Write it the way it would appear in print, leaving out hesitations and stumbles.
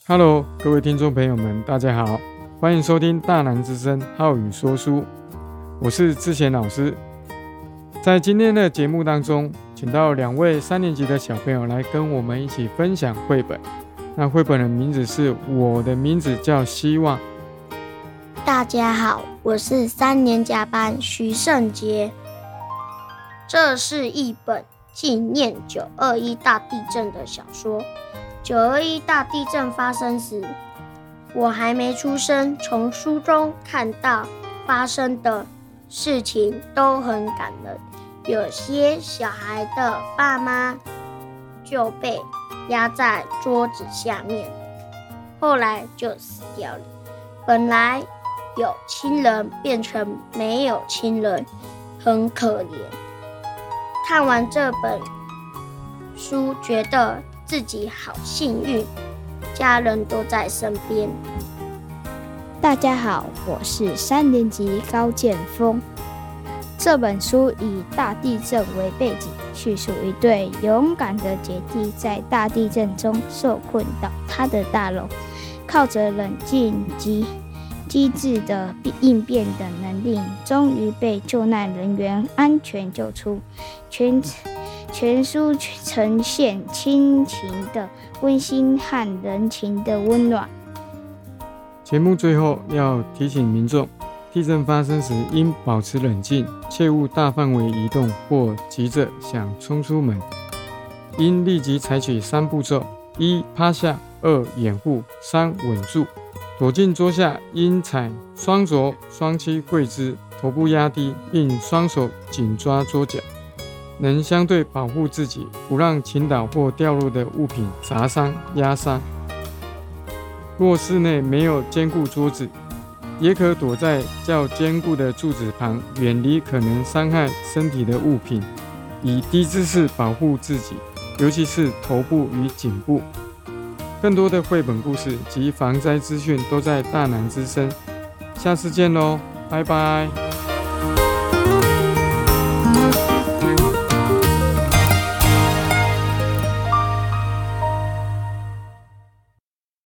Hello，各位听众朋友们，大家好，欢迎收听大南之声浩宇说书，我是志贤老师。在今天的节目当中，请到2位3年级的小朋友来跟我们一起分享绘本。那绘本的名字是我的名字叫希望。 大家好，我是3年甲班徐胜杰。这是一本纪念921大地震的小说。921大地震发生时，我还没出生，从书中看到发生的事情都很感人。有些小孩的爸妈就被压在桌子下面，后来就死掉了。本来有亲人变成没有亲人，很可怜。看完这本书，觉得自己好幸运，家人都在身边。 大家好，我是3年级高建峰。这本书以大地震为背景，叙述一对勇敢的姐弟在大地震中受困倒塌的大楼，靠着冷静及机智的应变的能力，终于被救难人员安全救出。全书呈现亲情的温馨和人情的温暖。 节目最后要提醒民众，地震发生时应保持冷静，切勿大范围移动或急着想冲出门，应立即采取3步骤：1. 趴下；2. 掩护；3. 稳住。躲进桌下，应采双肘双膝跪姿，头部压低，并双手紧抓桌角，能相对保护自己，不让倾倒或掉落的物品砸伤、压伤。若室内没有坚固桌子，也可躲在较坚固的柱子旁，远离可能伤害身体的物品，以低姿势保护自己，尤其是头部与颈部。更多的绘本故事及防灾资讯都在大南之声，下次见喽，拜拜。